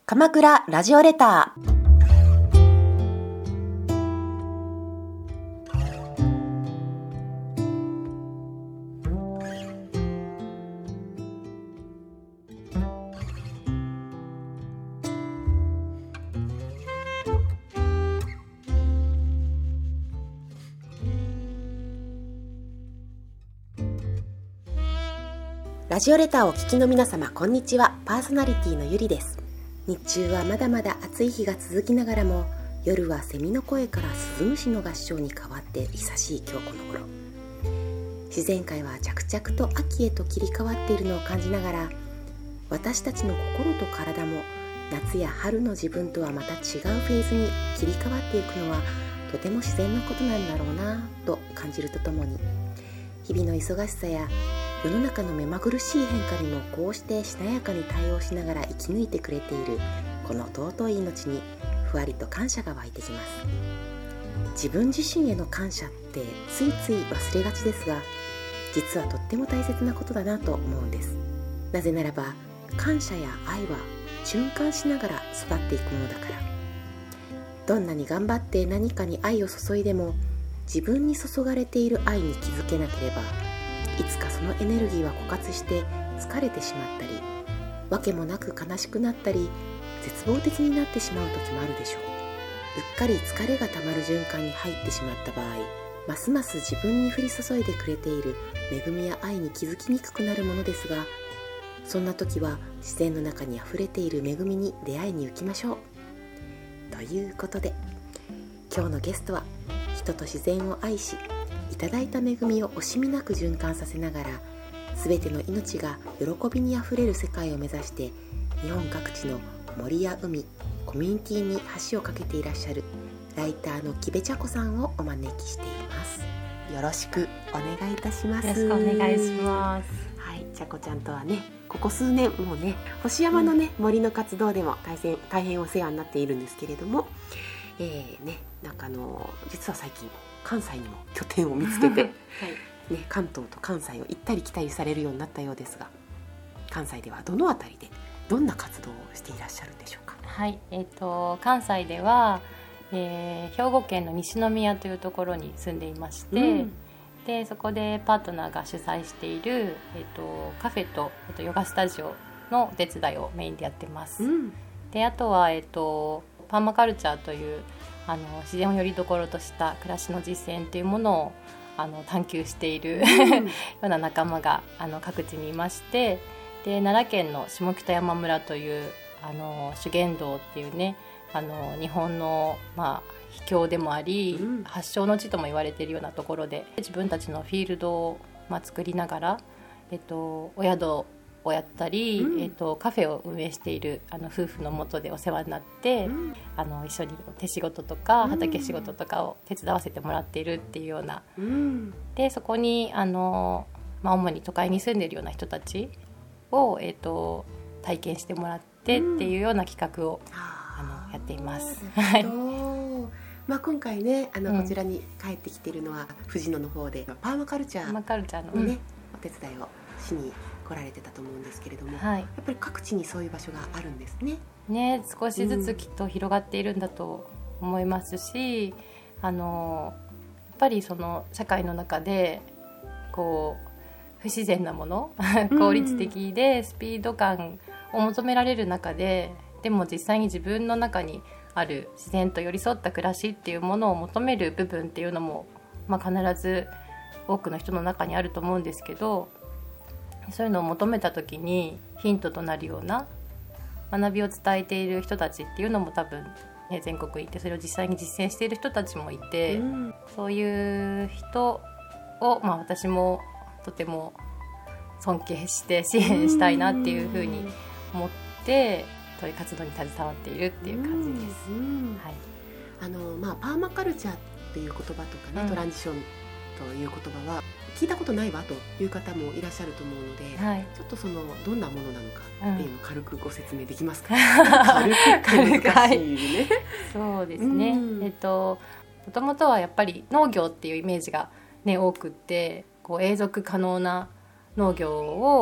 鎌倉ラジオレター。ラジオレターをお聞きの皆様、こんにちは。パーソナリティのゆりです。日中はまだまだ暑い日が続きながらも、夜はセミの声からスズムシの合唱に変わって久しい今日この頃、自然界は着々と秋へと切り替わっているのを感じながら、私たちの心と体も夏や春の自分とはまた違うフェーズに切り替わっていくのはとても自然なことなんだろうなと感じるとともに、日々の忙しさや世の中の目まぐるしい変化にもこうしてしなやかに対応しながら生き抜いてくれているこの尊い命にふわりと感謝が湧いてきます。自分自身への感謝ってついつい忘れがちですが、実はとっても大切なことだなと思うんです。なぜならば感謝や愛は循環しながら育っていくものだから。どんなに頑張って何かに愛を注いでも、自分に注がれている愛に気づけなければ、いつかそのエネルギーは枯渇して疲れてしまったり、わけもなく悲しくなったり絶望的になってしまう時もあるでしょう。うっかり疲れがたまる循環に入ってしまった場合、ますます自分に降り注いでくれている恵みや愛に気づきにくくなるものですが、そんな時は自然の中にあふれている恵みに出会いに行きましょう。ということで、今日のゲストは人と自然を愛し、いただいた恵みを惜しみなく循環させながら、すべての命が喜びにあふれる世界を目指して日本各地の森や海、コミュニティに橋を架けていらっしゃるライターの木部茶子さんをお招きしています。よろしくお願いいたします。 よろしくお願いします。 はい、茶子ちゃんとはね、ここ数年もうね、星山のね、森の活動でも大変お世話になっているんですけれども、なんか実は最近関西にも拠点を見つけて、はいね、関東と関西を行ったり来たりされるようになったようですが、関西ではどのあたりでどんな活動をしていらっしゃるんでしょうか。 はい、関西では、兵庫県の西宮というところに住んでいまして、でそこでパートナーが主催している、カフェと、ヨガスタジオのお手伝いをメインでやってます。であとは、パーマカルチャーという自然をよりどころとした暮らしの実践というものを探求しているような仲間が各地にいまして、で奈良県の下北山村という修験道っていうね、日本の、秘境でもあり、発祥の地とも言われているようなところで、自分たちのフィールドを、作りながら、お宿をやったり、カフェを運営している夫婦の下でお世話になって、一緒に手仕事とか畑仕事とかを手伝わせてもらっているっていうような、でそこに主に都会に住んでいるような人たちを、体験してもらってっていうような企画を、やっています。 今回ねこちらに帰ってきているのは藤野の方でパーマカルチャーのね、お手伝いをしに来られてたと思うんですけれども、やっぱり各地にそういう場所があるんですね。 少しずつきっと広がっているんだと思いますし、やっぱりその社会の中でこう不自然なもの効率的でスピード感を求められる中で、でも実際に自分の中にある自然と寄り添った暮らしっていうものを求める部分っていうのも、必ず多くの人の中にあると思うんですけど、そういうのを求めた時にヒントとなるような学びを伝えている人たちっていうのも多分、全国にいて、それを実際に実践している人たちもいて、そういう人を、私もとても尊敬して支援したいなっていうふうに思って、そういう活動に携わっているっていう感じです。 パーマカルチャーっていう言葉とかね、トランジションという言葉は聞いたことないわという方もいらっしゃると思うので、ちょっとどんなものなのかっていうのを軽くご説明できますか。軽く難しいね。 そうですね。もともとはやっぱり農業っていうイメージが、多くって、永続可能な農業を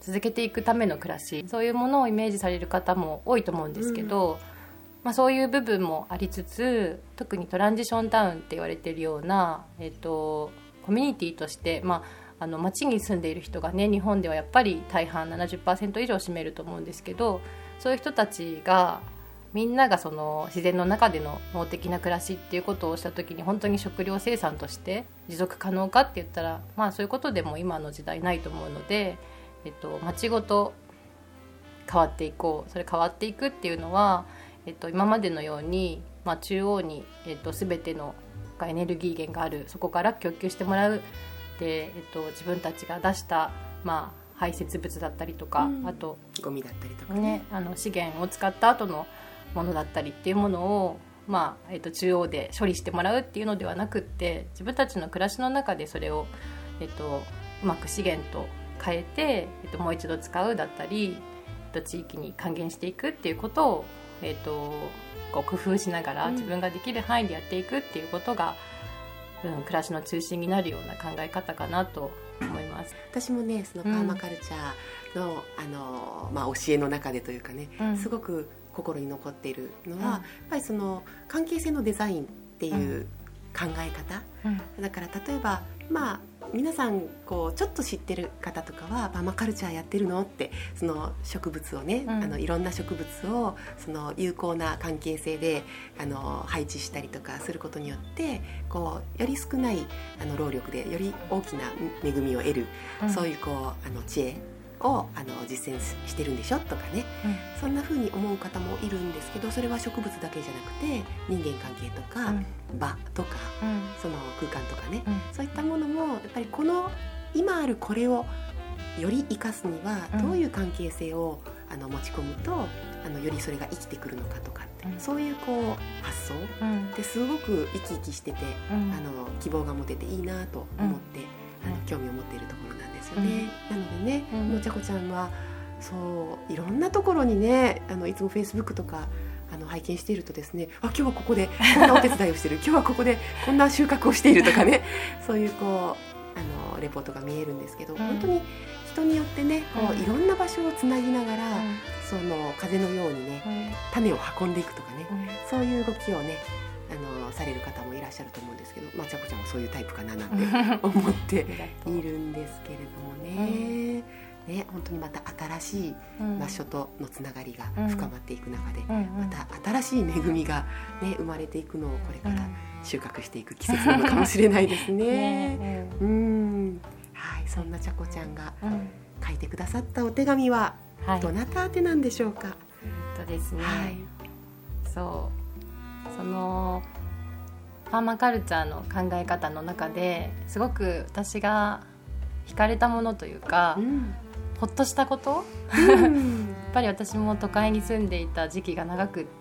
続けていくための暮らし、そういうものをイメージされる方も多いと思うんですけど、そういう部分もありつつ、特にトランジションタウンって言われているような、コミュニティとして、町に住んでいる人がね、日本ではやっぱり大半 70% 以上占めると思うんですけど、そういう人たちがみんながその自然の中での農的な暮らしっていうことをした時に、本当に食料生産として持続可能かって言ったら、そういうことでも今の時代ないと思うので、町ごと変わっていこう。それ変わっていくっていうのは、今までのように、中央に、全てのエネルギー源がある、そこから供給してもらうで、自分たちが出した、排泄物だったりとか、あとゴミだったりとかね、 資源を使った後のものだったりっていうものを、中央で処理してもらうっていうのではなくって、自分たちの暮らしの中でそれを、うまく資源と変えて、もう一度使うだったり、地域に還元していくっていうことを、こう工夫しながら自分ができる範囲でやっていくっていうことが、暮らしの中心になるような考え方かなと思います。 私もね、そのパーマカルチャーの、教えの中でというかね、すごく心に残っているのは、やっぱりその関係性のデザインっていう考え方、だから例えば皆さんこうちょっと知ってる方とかは、パーマカルチャーやってるのって、その植物をね、いろんな植物をその有効な関係性で配置したりとかすることによって、こうより少ない労力でより大きな恵みを得る、そういうこう知恵を実践してるんでしょとかね、そんな風に思う方もいるんですけど、それは植物だけじゃなくて人間関係とか、場とか、その空間とかね、そういったものもやっぱりこの今あるこれをより生かすにはどういう関係性を持ち込むとよりそれが生きてくるのかとかって、そういうこう発想ってすごく生き生きしてて、希望が持てていいなと思って、興味を持っているところなんですよね。なのでね、のちゃこちゃんはそういろんなところにね、いつも Facebook とか拝見しているとですね、今日はここでこんなお手伝いをしている今日はここでこんな収穫をしているとかね、そういうこうレポートが見えるんですけど、本当に人によってね、こういろんな場所をつなぎながら、その風のようにね、種を運んでいくとかね、そういう動きをねされる方もいらっしゃると思うんですけど、ちゃこちゃんもそういうタイプかななんて思っているんですけれどもね。本当にまた新しい場所とのつながりが深まっていく中で、また新しい恵みが、ね、生まれていくのをこれから収穫していく季節なのかもしれないですね。はい、そんなちゃこちゃんが書いてくださったお手紙はどなた宛てなんでしょうか。 ですね、そのパーマカルチャーの考え方の中ですごく私が惹かれたものというか、ほっとしたことやっぱり私も都会に住んでいた時期が長くって、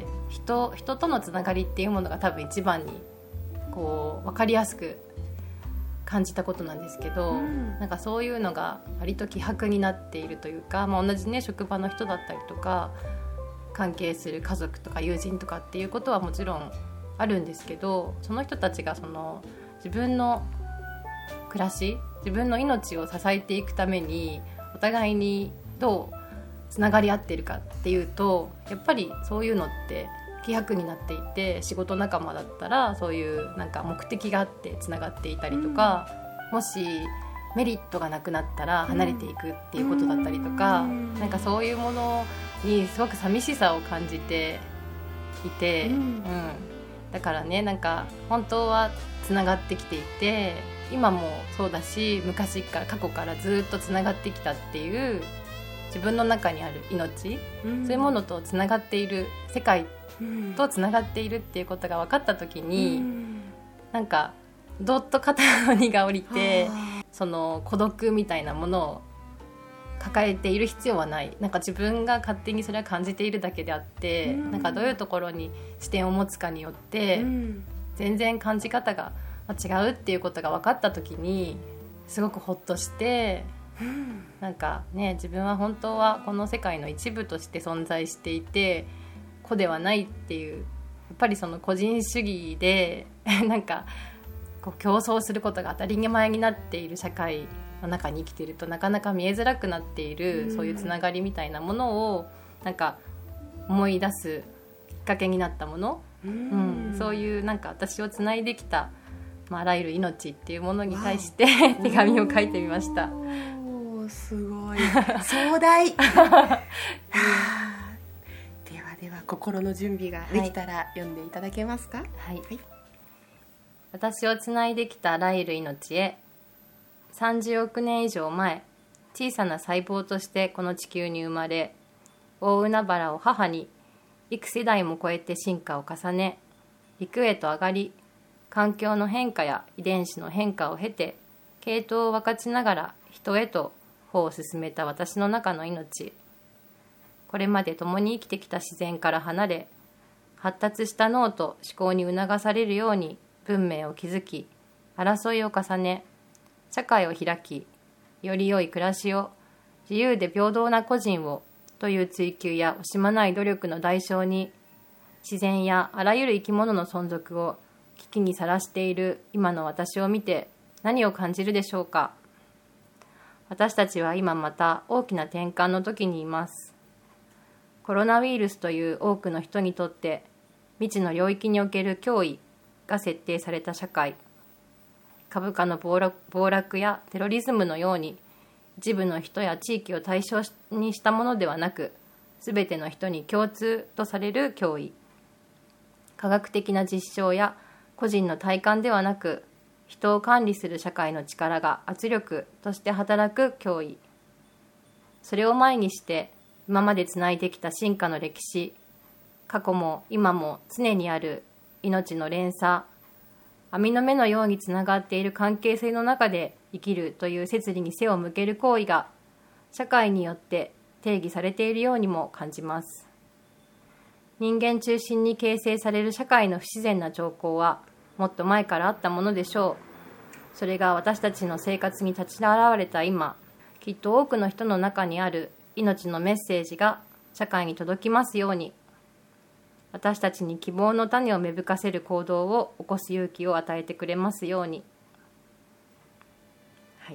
人とのつながりっていうものが多分一番にこう分かりやすく感じたことなんですけど、なんかそういうのが割と希薄になっているというか、同じね職場の人だったりとか関係する家族とか友人とかっていうことはもちろんあるんですけど、その人たちがその自分の暮らし、自分の命を支えていくためにお互いにどうつながり合っているかっていうと、やっぱりそういうのって希薄になっていて、仕事仲間だったらそういうなんか目的があってつながっていたりとか、もしメリットがなくなったら離れていくっていうことだったりとか、なんかそういうものにすごく寂しさを感じていて、だからね、なんか本当はつながってきていて、今もそうだし昔から過去からずっとつながってきたっていう自分の中にある命、そういうものとつながっている、世界とつながっているっていうことが分かった時に、なんかどっと肩の荷が下りて、その孤独みたいなものを抱えている必要はない。なんか自分が勝手にそれは感じているだけであって、なんかどういうところに視点を持つかによって全然感じ方が違うっていうことが分かった時にすごくホッとして、なんかね、自分は本当はこの世界の一部として存在していて個ではないっていう、やっぱりその個人主義でなんかこう競争することが当たり前になっている社会の中に生きているとなかなか見えづらくなっている、そういうつながりみたいなものをなんか思い出すきっかけになったもの、そういうなんか私をつないできた、あらゆる命っていうものに対して手紙を書いてみました。 すごい壮大では心の準備ができたら読んでいただけますか。 はい、私をつないできたあらゆる命へ。30億年以上前、小さな細胞としてこの地球に生まれ、大海原を母に幾世代も超えて進化を重ね、陸へと上がり、環境の変化や遺伝子の変化を経て系統を分かちながら人へと歩を進めた私の中の命。これまで共に生きてきた自然から離れ、発達した脳と思考に促されるように文明を築き、争いを重ね、社会を開き、より良い暮らしを、自由で平等な個人をという追求や惜しまない努力の代償に、自然やあらゆる生き物の存続を危機にさらしている今の私を見て何を感じるでしょうか。私たちは今また大きな転換の時にいます。コロナウイルスという多くの人にとって未知の領域における脅威が設定された社会。株価の暴落やテロリズムのように一部の人や地域を対象にしたものではなく、すべての人に共通とされる脅威。科学的な実証や個人の体感ではなく、人を管理する社会の力が圧力として働く脅威。それを前にして今までつないできた進化の歴史、過去も今も常にある命の連鎖、網の目のようにつながっている関係性の中で生きるという摂理に背を向ける行為が社会によって定義されているようにも感じます。人間中心に形成される社会の不自然な兆候はもっと前からあったものでしょう。それが私たちの生活に立ち現れた今、きっと多くの人の中にある命のメッセージが社会に届きますように、私たちに希望の種を芽吹かせる行動を起こす勇気を与えてくれますように。はい。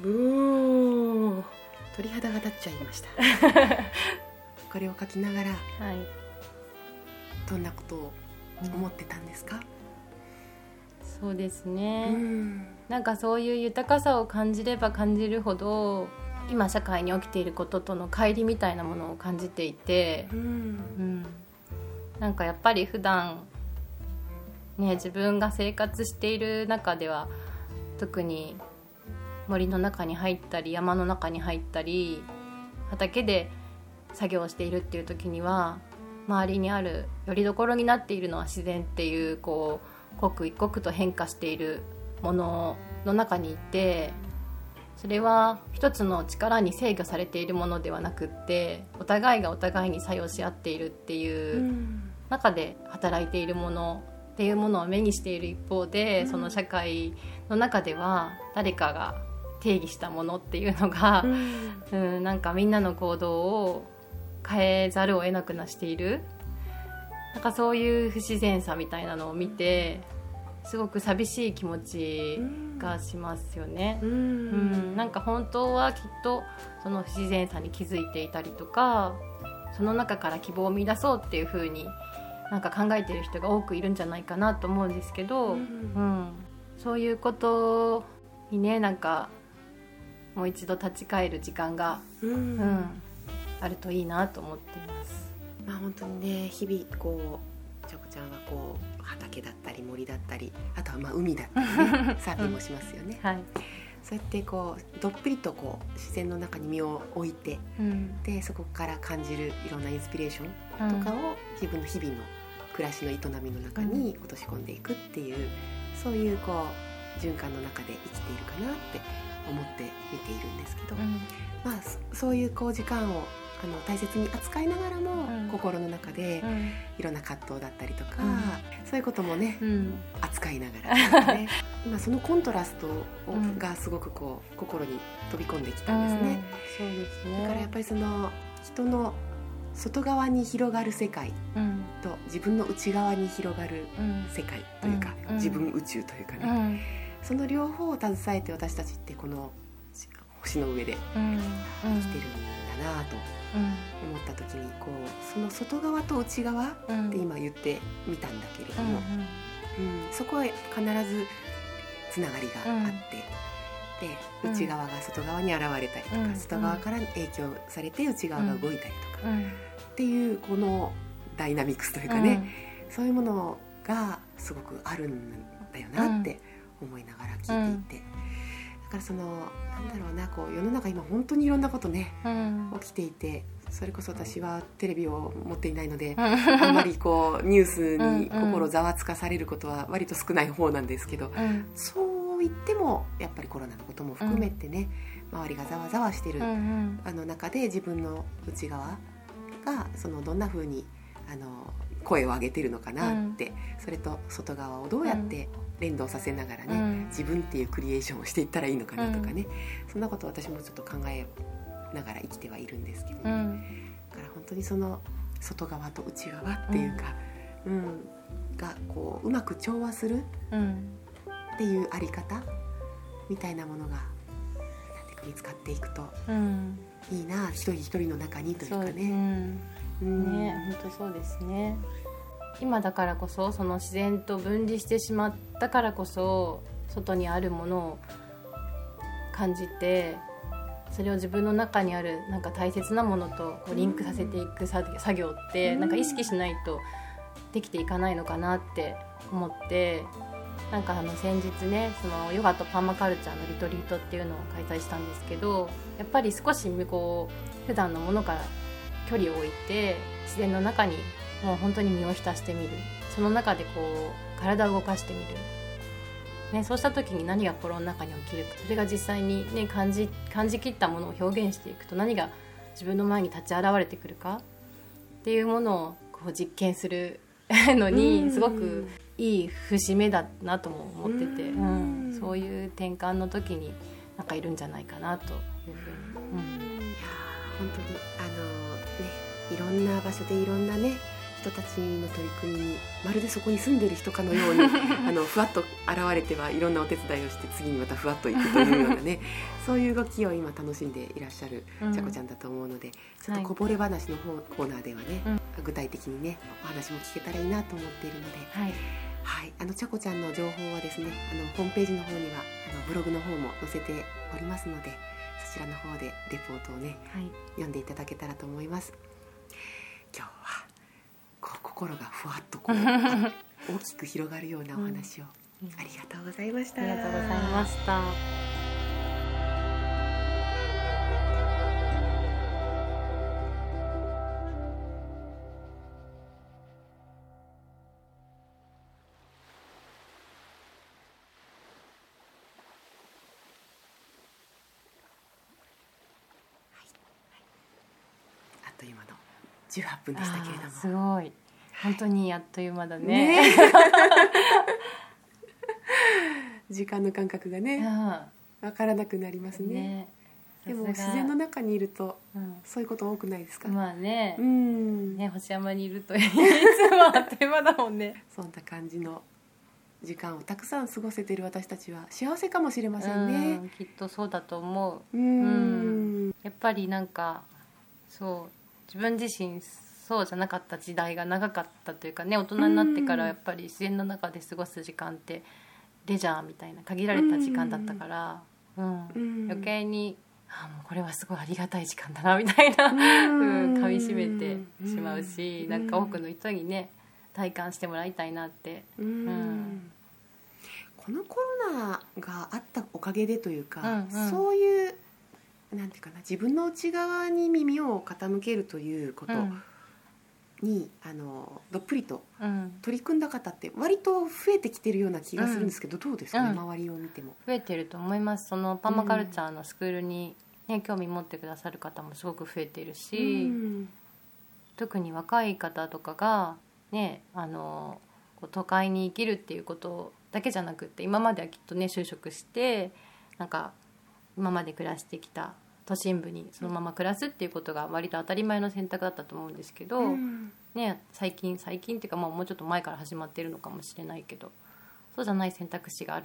鳥肌が立っちゃいましたこれを書きながら、どんなことを思ってたんですか。 そうですね、なんかそういう豊かさを感じれば感じるほど今社会に起きていることとの乖離みたいなものを感じていて、なんかやっぱり普段ね、自分が生活している中では特に森の中に入ったり山の中に入ったり畑で作業しているっていう時には、周りにある拠り所になっているのは自然っていう刻一刻と変化しているものの中にいて、それは一つの力に制御されているものではなくって、お互いがお互いに作用し合っているっていう中で働いているものっていうものを目にしている一方で、その社会の中では誰かが定義したものっていうのが、なんかみんなの行動を変えざるを得なくなしている、なんかそういう不自然さみたいなのを見てすごく寂しい気持ちがしますよね。なんか本当はきっとその不自然さに気づいていたりとか、その中から希望を見出そうっていう風になんか考えている人が多くいるんじゃないかなと思うんですけど、そういうことにね、なんかもう一度立ち返る時間が、あるといいなと思っています。 本当にね、日々ちゃこちゃんは畑だったり森だったり、あとは海だったりねサーフィンもしますよね、そうやってどっぷりと自然の中に身を置いて、でそこから感じるいろんなインスピレーションとかを自分の日々の暮らしの営みの中に落とし込んでいくっていう、そういう循環の中で生きているかなって思って見ているんですけど、そういう時間を大切に扱いながらも、心の中でいろんな葛藤だったりとか、そういうこともね、扱いながら、ね、今そのコントラストがすごく心に飛び込んできたんですね。 そうですね。 だからやっぱりその人の外側に広がる世界と自分の内側に広がる世界というか、自分宇宙というかね、その両方を携えて私たちってこの星の上で生きてるんだなと思った時にこうその外側と内側って今言ってみたんだけれども、そこは必ずつながりがあって、で内側が外側に現れたりとか、外側から影響されて内側が動いたりとか、っていうこのダイナミクスというかね、そういうものがすごくあるんだよなって思いながら聞いていて、だからそのなんだろうな、こう世の中今本当にいろんなことね、起きていて、それこそ私はテレビを持っていないのであんまりこうニュースに心ざわつかされることは割と少ない方なんですけど、そう言ってもやっぱりコロナのことも含めてね、周りがざわざわしてる中で自分の内側がそのどんな風に声を上げてるのかなって、それと外側をどうやって連動させながらね、自分っていうクリエーションをしていったらいいのかなとかね、そんなことを私もちょっと考えながら生きてはいるんですけどね、だから本当にその外側と内側っていうか、がこううまく調和するっていうあり方みたいなものが見つかっていくといいな、一人一人の中にというかね。 ね、本当そうですね。今だからこそ、その自然と分離してしまったからこそ外にあるものを感じて、それを自分の中にあるなんか大切なものとこうリンクさせていく作業ってなんか意識しないとできていかないのかなって思って、なんか先日ね、そのヨガとパーマカルチャーのリトリートっていうのを開催したんですけど、やっぱり少しこう普段のものから距離を置いて自然の中にもう本当に身を浸してみる、その中でこう体を動かしてみる、ね、そうした時に何が心の中に起きるか、それが実際に、ね、感じきったものを表現していくと何が自分の前に立ち現れてくるかっていうものをこう実験するのにすごくいい節目だなとも思ってて、そういう転換の時になんかいるんじゃないかなというふうに、 いや本当にいろんな場所でいろんなね人たちの取り組みにまるでそこに住んでる人かのようにふわっと現れてはいろんなお手伝いをして次にまたふわっと行くというようなねそういう動きを今楽しんでいらっしゃるちゃこちゃんだと思うので、ちょっとこぼれ話のコーナーではね、具体的にねお話も聞けたらいいなと思っているので、ちゃこちゃんの情報はですね、ホームページの方にはブログの方も載せておりますので、そちらの方でレポートをね、読んでいただけたらと思います。今日は心がふわっとこう大きく広がるようなお話をありがとうございました。 ありがとうございました。 あっという間の18分でしたけれども、 すごい本当にあっという間だね。 時間の感覚がね、分からなくなりますね。でも自然の中にいると、そういうこと多くないですか？ まあね、星山にいるといつもあっという間だもんね。 そんな感じの時間をたくさん過ごせている私たちは幸せかもしれませんね。 きっとそうだと思う。やっぱりなんかそう自分自身そうじゃなかった時代が長かったというかね、大人になってからやっぱり自然の中で過ごす時間ってレジャーみたいな限られた時間だったから、余計にもうこれはすごいありがたい時間だなみたいな噛みしめてしまうし、なんか多くの人にね体感してもらいたいなって、 このコロナがあったおかげでというか、そういうなんていうかな、自分の内側に耳を傾けるということに、どっぷりと取り組んだ方って割と増えてきてるような気がするんですけど、どうですかね、周りを見ても。 増えてると思います。そのパーマカルチャーのスクールに、興味持ってくださる方もすごく増えているし、特に若い方とかが、都会に生きるっていうことだけじゃなくって、今まではきっとね就職してなんか今まで暮らしてきた都心部にそのまま暮らすっていうことが割と当たり前の選択だったと思うんですけど、最近っていうか、もうちょっと前から始まってるのかもしれないけど、そうじゃない選択肢がある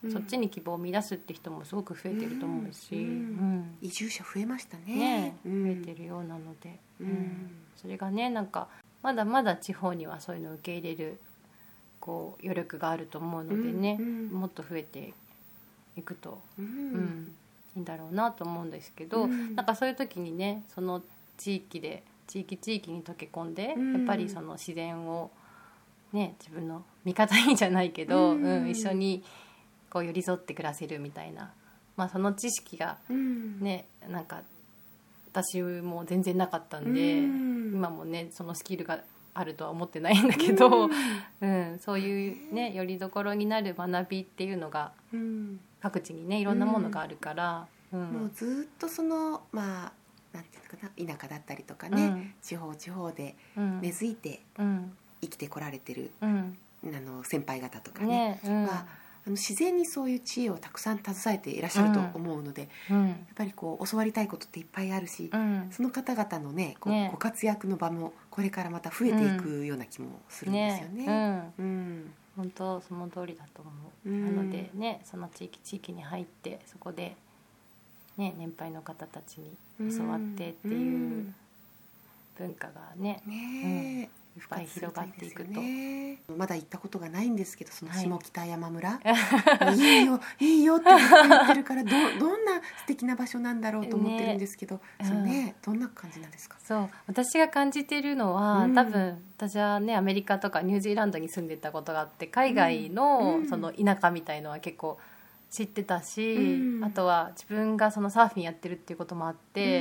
そっちに希望を見出すって人もすごく増えてると思うし、 移住者増えましたね。 ね、増えてるようなので、それがねなんかまだまだ地方にはそういうのを受け入れるこう余力があると思うのでね、もっと増えていくと、いいんだろうなと思うんですけど、なんかそういう時にねその地域に溶け込んで、やっぱりその自然をね自分の味方にじゃないけど、一緒にこう寄り添って暮らせるみたいな、その知識がね、なんか私も全然なかったんで、今もねそのスキルがあるとは思ってないんだけど、そういうねよりどころになる学びっていうのが各地にねいろんなものがあるから、 もうずっとそのなんていうのかな、田舎だったりとかね、地方で根付いて生きてこられてる、先輩方とかねは、自然にそういう知恵をたくさん携えていらっしゃると思うので、やっぱりこう教わりたいことっていっぱいあるし、その方々のねご活躍の場もこれからまた増えていくような気もするんですよね。 本当その通りだと思う。なのでねその地域に入ってそこで、ね、年配の方たちに教わってっていう文化がね、いっぱい広がっていくと、 まだ行ったことがないんですけど、その下北山村、いいよいいよって言ってるからどんな素敵な場所なんだろうと思ってるんですけど、どんな感じなんですか？ そう私が感じているのは、多分私はねアメリカとかニュージーランドに住んでたことがあって、海外のその田舎みたいのは結構知ってたし、あとは自分がそのサーフィンやってるっていうこともあって、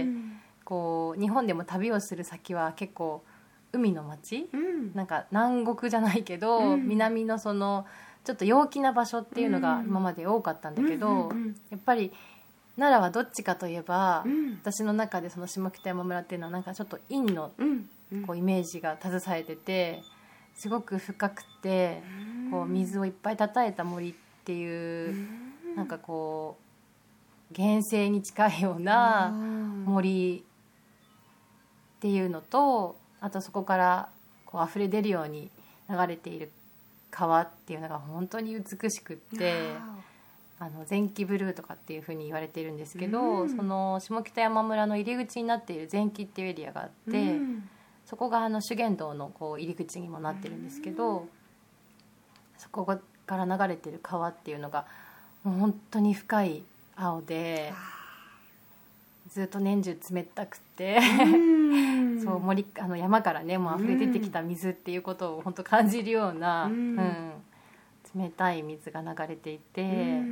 こう日本でも旅をする先は結構海の町、なんか南国じゃないけど、南のそのちょっと陽気な場所っていうのが今まで多かったんだけど、やっぱり奈良はどっちかといえば、私の中でその下北山村っていうのはなんかちょっと陰のこうイメージが携えてて、すごく深くてこう水をいっぱいたたえた森っていう、なんかこう原生に近いような森っていうのと、あとそこからこう溢れ出るように流れている川っていうのが本当に美しくって、全木ブルーとかっていう風に言われているんですけど、その下北山村の入り口になっている全木っていうエリアがあって、そこが修験道のこう入り口にもなってるんですけど、そこから流れてる川っていうのがもう本当に深い青で、ずっと年中冷たくてそう山からねもう溢れ出てきた水っていうことを本当感じるような、冷たい水が流れていて、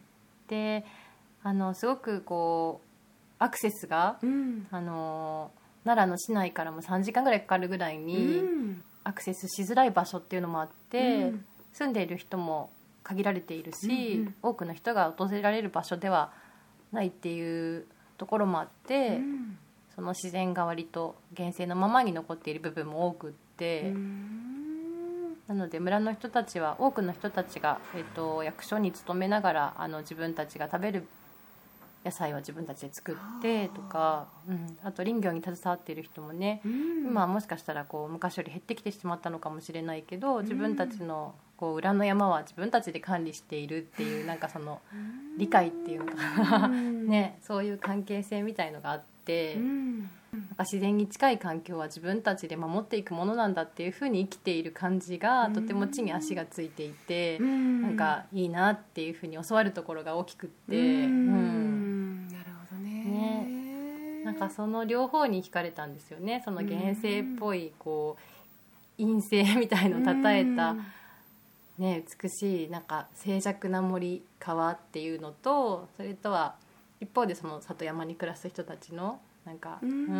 ですごくこうアクセスが、奈良の市内からも3時間ぐらいかかるぐらいにアクセスしづらい場所っていうのもあって、住んでいる人も限られているし、多くの人が訪れられる場所ではないっていうところもあって、その自然が割と原生のままに残っている部分も多くって、なので村の人たちは多くの人たちが、役所に勤めながら自分たちが食べる野菜は自分たちで作ってとか、あと林業に携わっている人もね、今はもしかしたらこう昔より減ってきてしまったのかもしれないけど、自分たちのこう裏の山は自分たちで管理しているっていう、なんかその理解っていうのかな、ね、そういう関係性みたいのがあって、なんか自然に近い環境は自分たちで守っていくものなんだっていうふうに生きている感じがとても地に足がついていて、なんかいいなっていうふうに教わるところが大きくって、 なるほどね。 なんかその両方に惹かれたんですよね。その原生っぽいこう陰性みたいのをたたえた、ね、美しいなんか静寂な森川っていうのと、それとは一方でその里山に暮らす人たちのなんか、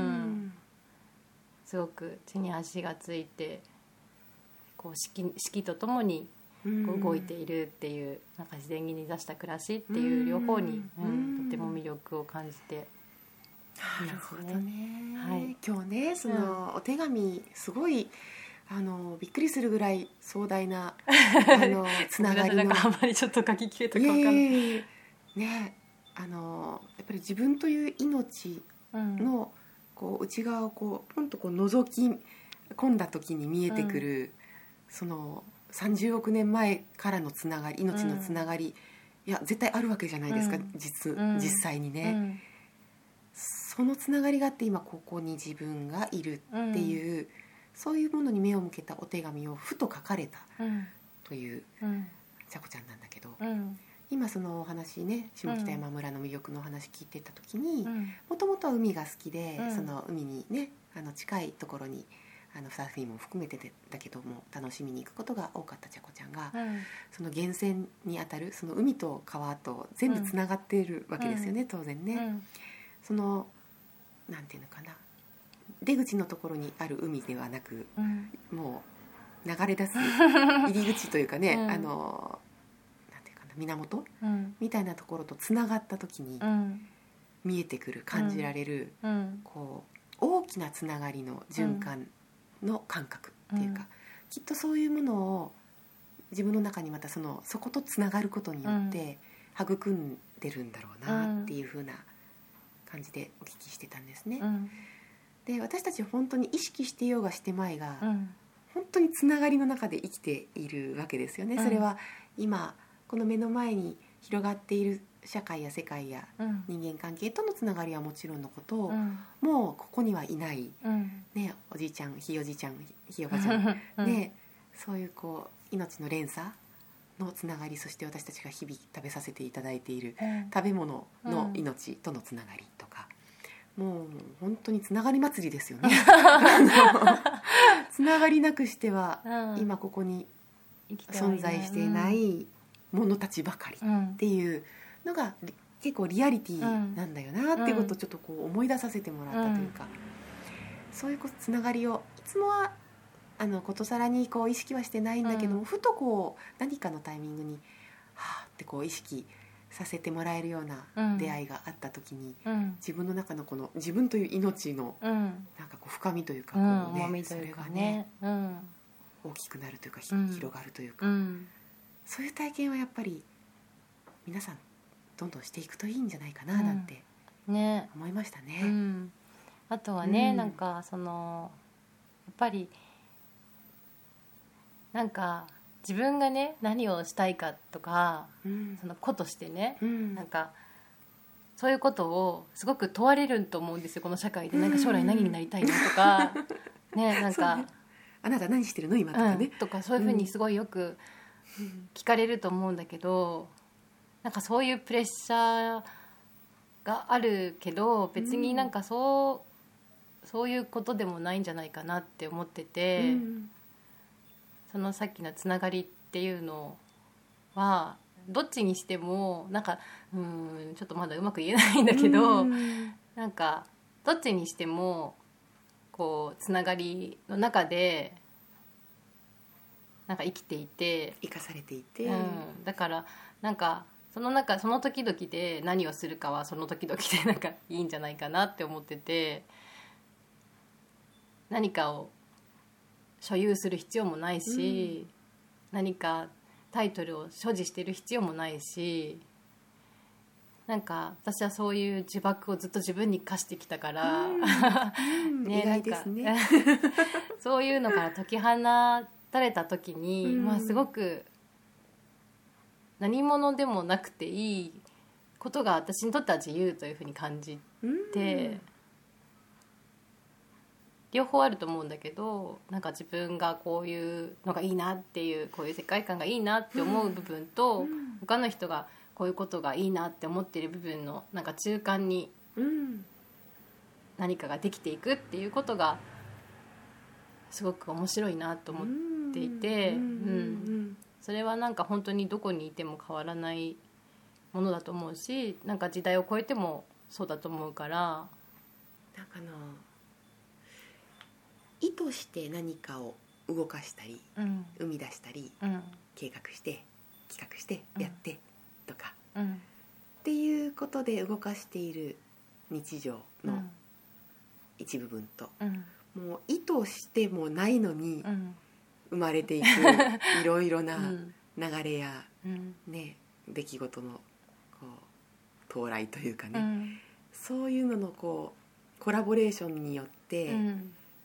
すごく地に足がついてこう四季とともにこう動いているっていう、なんか自然に根ざした暮らしっていう両方に、とても魅力を感じていますね。 なるほどね。今日ねそのお手紙すごいびっくりするぐらい壮大なつながりのあんまりちょっと書ききれたか分かんない、 ね、やっぱり自分という命のこう内側をこうポンとこう覗き込んだ時に見えてくる、その30億年前からのつながり、命のつながりいや絶対あるわけじゃないですか、実際にね、そのつながりがあって今ここに自分がいるっていう、そういうものに目を向けたお手紙をふと書かれたというちゃこちゃんなんだけど、今そのお話ね、下北山村の魅力のお話聞いてた時に、もともとは海が好きで、その海にね近いところにサーフィンも含めてだけども楽しみに行くことが多かったちゃこちゃんが、その源泉にあたるその海と川と全部つながっているわけですよね、当然ね、そのなんていうのかな、出口のところにある海ではなく、もう流れ出す入り口というかね、なんていうかな、源、みたいなところとつながった時に見えてくる、感じられる、こう大きなつながりの循環の感覚っていうか、きっとそういうものを自分の中にまたそことつながることによって育んでるんだろうなっていう風な感じでお聞きしてたんですね、で私たち本当に意識してようがしてまいが、本当につながりの中で生きているわけですよね、それは今この目の前に広がっている社会や世界や人間関係とのつながりはもちろんのこと、もうここにはいない、ね、おじいちゃん、ひいおじいちゃん、ひいおばちゃん、ね、そういうこう命の連鎖のつながり、そして私たちが日々食べさせていただいている食べ物の命とのつながりとか、もう本当につながり祭りですよねつながりなくしては、今ここに存在していないものたちばかりっていうのが結構リアリティなんだよなっていうことをちょっとこう思い出させてもらったというか、そういうつながりをいつもはことさらにこう意識はしてないんだけども、ふとこう何かのタイミングにはーってこう意識させてもらえるような出会いがあった時に、自分の中のこの自分という命のなんかこう深みというか、こうね、それがね、大きくなるというか、広がるというか、そういう体験はやっぱり皆さんどんどんしていくといいんじゃないかななんて思いましたね、 あとはね、なんかそのやっぱりなんか自分がね何をしたいかとか、その子としてね、なんかそういうことをすごく問われると思うんですよ、この社会で。なんか将来何になりたいのとか、ね、なんか、ね、 あなた何してるの今とかね、 とかそういうふうにすごいよく聞かれると思うんだけど、なんかそういうプレッシャーがあるけど、別になんかそういうことでもないんじゃないかなって思ってて、そのさっきのつながりっていうのはどっちにしてもなんかちょっとまだうまく言えないんだけど、なんかどっちにしてもこうつながりの中でなんか生きていて、 生かされていて、 だからなんかその時々で何をするかはその時々でなんかいいんじゃないかなって思ってて、何かを所有する必要もないし、何かタイトルを所持してる必要もないし、なんか私はそういう呪縛をずっと自分に課してきたから、 ね、意外ですねそういうのから解き放たれた時に、まあ、すごく何者でもなくていいことが私にとっては自由というふうに感じて、両方あると思うんだけど、なんか自分がこういうのがいいなっていう、こういう世界観がいいなって思う部分と、他の人がこういうことがいいなって思っている部分のなんか中間に何かができていくっていうことがすごく面白いなと思っていて、それはなんか本当にどこにいても変わらないものだと思うし、なんか時代を超えてもそうだと思うから、 なんか意図して何かを動かしたり、生み出したり、計画して企画してやってとか、っていうことで動かしている日常の一部分と、もう意図してもないのに生まれていくいろいろな流れや、ね、出来事のこう到来というかね、そういうののこうコラボレーションによって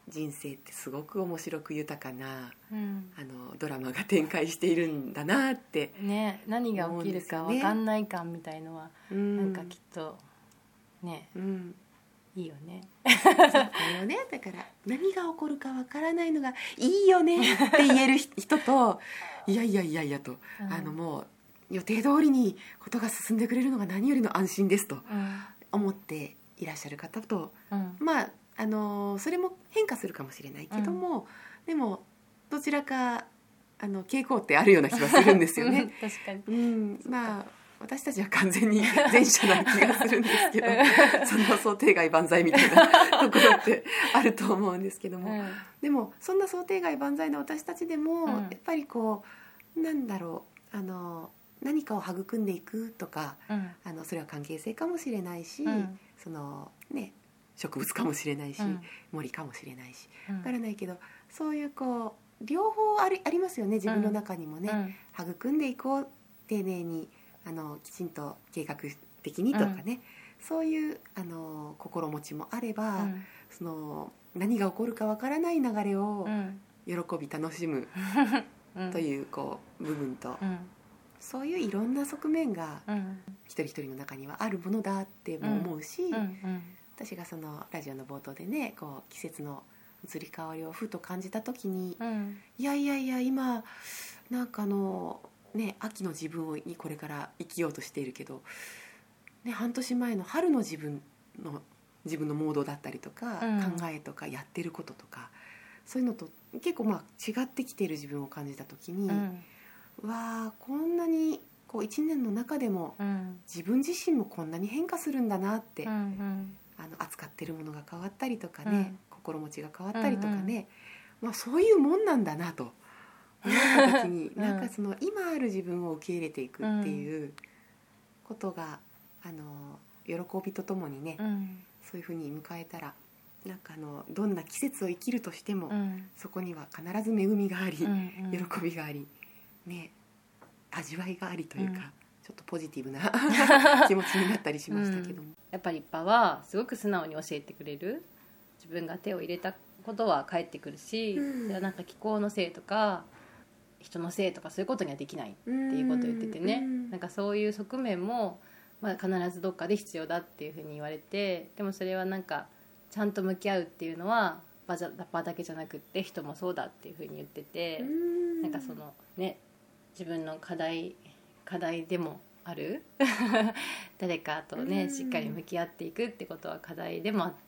人生ってすごく面白く豊かな、 うん、 ドラマが展開しているんだなってね、何が起きるか分かんない感みたいのは、なんかきっとね、いいよね。 そうだよね。だから何が起こるか分からないのがいいよねって言える人といやいやいやいやと、もう予定通りにことが進んでくれるのが何よりの安心ですと思っていらっしゃる方と、まあそれも変化するかもしれないけども、でもどちらか傾向ってあるような気がするんですよね。 確かに、 まあ私たちは完全に前者な気がするんですけどその想定外万歳みたいなところってあると思うんですけども、でもそんな想定外万歳の私たちでも、やっぱりこうなんだろう何かを育んでいくとか、それは関係性かもしれないし、そのね植物かもしれないし、森かもしれないし分からないけど、そういうこう両方ありますよね。自分の中にもね、育んでいこう丁寧にきちんと計画的にとかね、そういう心持ちもあれば、その何が起こるかわからない流れを喜び楽しむというこう部分と、そういういろんな側面が一人一人の中にはあるものだっても思うし、私がそのラジオの冒頭でね、こう季節の移り変わりをふと感じた時に、いやいやいや今なんかね、秋の自分にこれから生きようとしているけど、ね、半年前の春の自分のモードだったりとか、考えとかやってることとか、そういうのと結構違ってきている自分を感じた時に、わあこんなにこう1年の中でも自分自身もこんなに変化するんだなって、扱ってるものが変わったりとかね、心持ちが変わったりとかね、そういうもんなんだなと思った時になんかその今ある自分を受け入れていくっていうことが喜びとともにね、そういうふうに迎えたら、なんかどんな季節を生きるとしても、そこには必ず恵みがあり、喜びがあり、ね、味わいがありというか、ちょっとポジティブな気持ちになったりしましたけども、 やっぱりパはすごく素直に教えてくれる。自分が手を入れたことは返ってくるし、なんか気候のせいとか人のせいとかそういうことにはできないっていうことを言っててね、なんかそういう側面も、必ずどっかで必要だっていうふうに言われて、でもそれはなんかちゃんと向き合うっていうのは場だけじゃなくって人もそうだっていうふうに言ってて、なんかそのね、自分の課題でもある誰かとねしっかり向き合っていくってことは課題でもあって、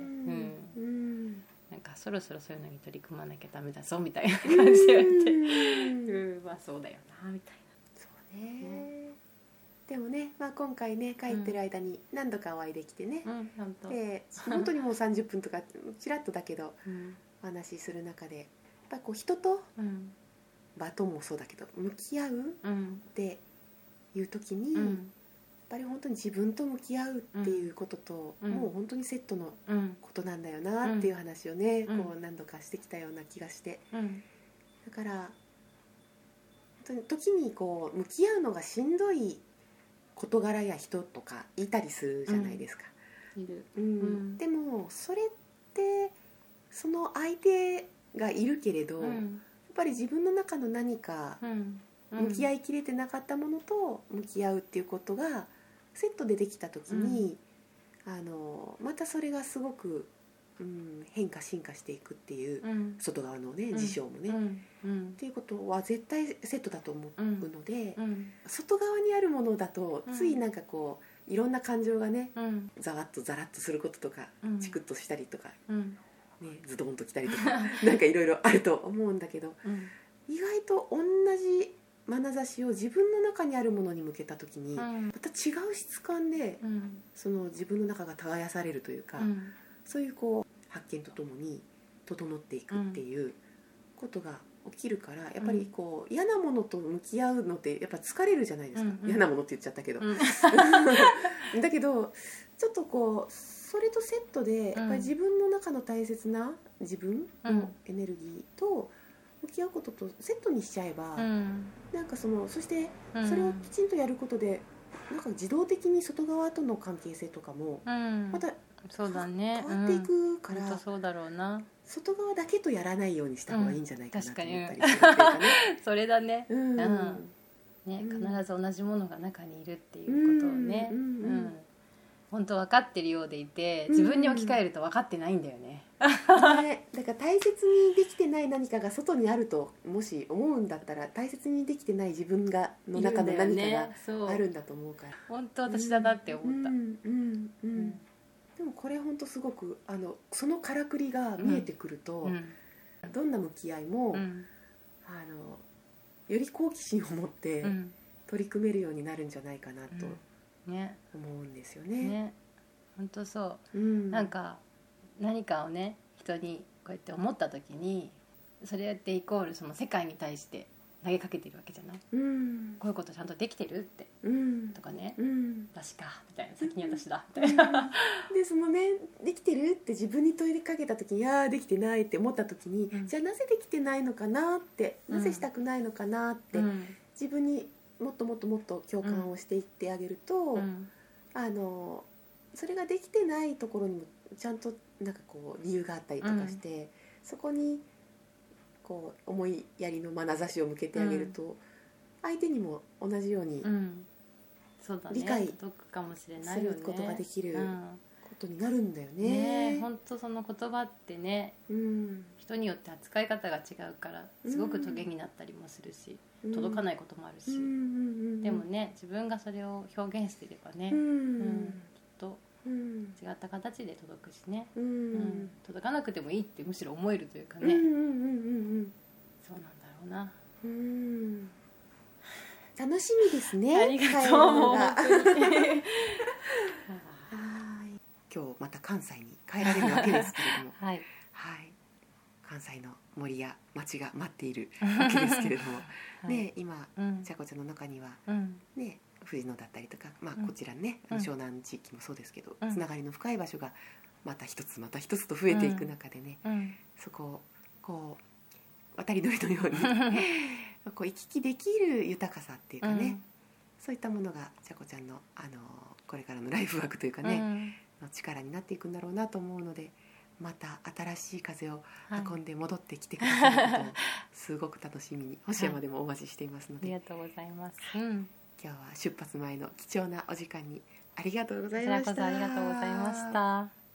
なんかそろそろそういうのに取り組まなきゃダメだぞみたいな感じで言われて、そうだよなみたいな。 そうね、でもね、今回ね帰ってる間に何度かお会いできてね、で本当にもう30分とかちらっとだけどお話しする中で、やっぱこう人と、場ともそうだけど向き合うっていう時に、やっぱり本当に自分と向き合うっていうことと、もう本当にセットのことなんだよなっていう話をね、こう何度かしてきたような気がして、だから本当に時にこう向き合うのがしんどい事柄や人とかいたりするじゃないですか、 いる、 でもそれってその相手がいるけれど、やっぱり自分の中の何か向き合いきれてなかったものと向き合うっていうことがセットでできた時に、またそれがすごく、変化進化していくっていう、外側のね事象もね、っていうことは絶対セットだと思うので、外側にあるものだとついなんかこういろんな感情がね、ざわっとザラッとすることとか、チクッとしたりとか、ズドンときたりとかなんかいろいろあると思うんだけど、意外と同じ眼差しを自分の中にあるものに向けた時に、また違う質感で、その自分の中が耕されるというか、そういうこう発見とともに整っていくっていうことが起きるから、やっぱりこう嫌なものと向き合うのってやっぱ疲れるじゃないですか、嫌なものって言っちゃったけど、だけどちょっとこうそれとセットでやっぱり自分の中の大切な自分のエネルギーと向き合うこととセットにしちゃえば、なんかそしてそれをきちんとやることで、なんか自動的に外側との関係性とかもまたそうだね、 変わっていくから、 そうだろうな。 外側だけとやらないようにした方がいいんじゃないかなと思ったりするっていうかね、 それだね、 うんね、必ず同じものが中にいるっていうことをね、本当分かってるようでいて自分に置き換えると分かってないんだよね、 ね、だから大切にできてない何かが外にあるともし思うんだったら大切にできてない自分がの中の何かがあるんだと思うから、 本当私だなって思った、 でもこれ本当すごくそのからくりが見えてくると、どんな向き合いも、より好奇心を持って取り組めるようになるんじゃないかなと思うんですよね。 本当そう、なんか何かをね人にこうやって思った時にそれってイコールその世界に対して投げかけてるわけじゃない、こういうことちゃんとできてるって、とかね、私かみたいな、先に私だみたいな、 でそのねできてるって自分に問いかけた時にできてないって思った時に、じゃあなぜできてないのかなって、なぜしたくないのかなって、自分にもっともっともっと共感をしていってあげると、それができてないところにもちゃんとなんかこう理由があったりとかして、そこにこう思いやりの眼差しを向けてあげると、相手にも同じように理解することができることになるんだよね。 本当その言葉ってね、人によって扱い方が違うからすごくトゲになったりもするし、届かないこともあるし、でもね自分がそれを表現していればね、きっと違った形で届くしね、届かなくてもいいってむしろ思えるというかね、そうなんだろうな。 楽しみですね。 ありがとう。 今日また関西に帰られるわけですけれども、 はい、 関西の森や町が待っているわけですけれども、ね、今ちゃこちゃんの中には、ね、藤野だったりとか、こちらね、湘南地域もそうですけど、つながりの深い場所がまた一つまた一つと増えていく中でね、そこをこう渡り鳥のようにこう行き来できる豊かさっていうかね、そういったものがちゃこちゃんの、これからのライフワークというかね、の力になっていくんだろうなと思うので、また新しい風を運んで戻ってきてくださることをすごく楽しみに星山でもお待ちしていますので、 ありがとうございます。 今日は出発前の貴重なお時間にありがとうございました。 こちらこそありがとうございました。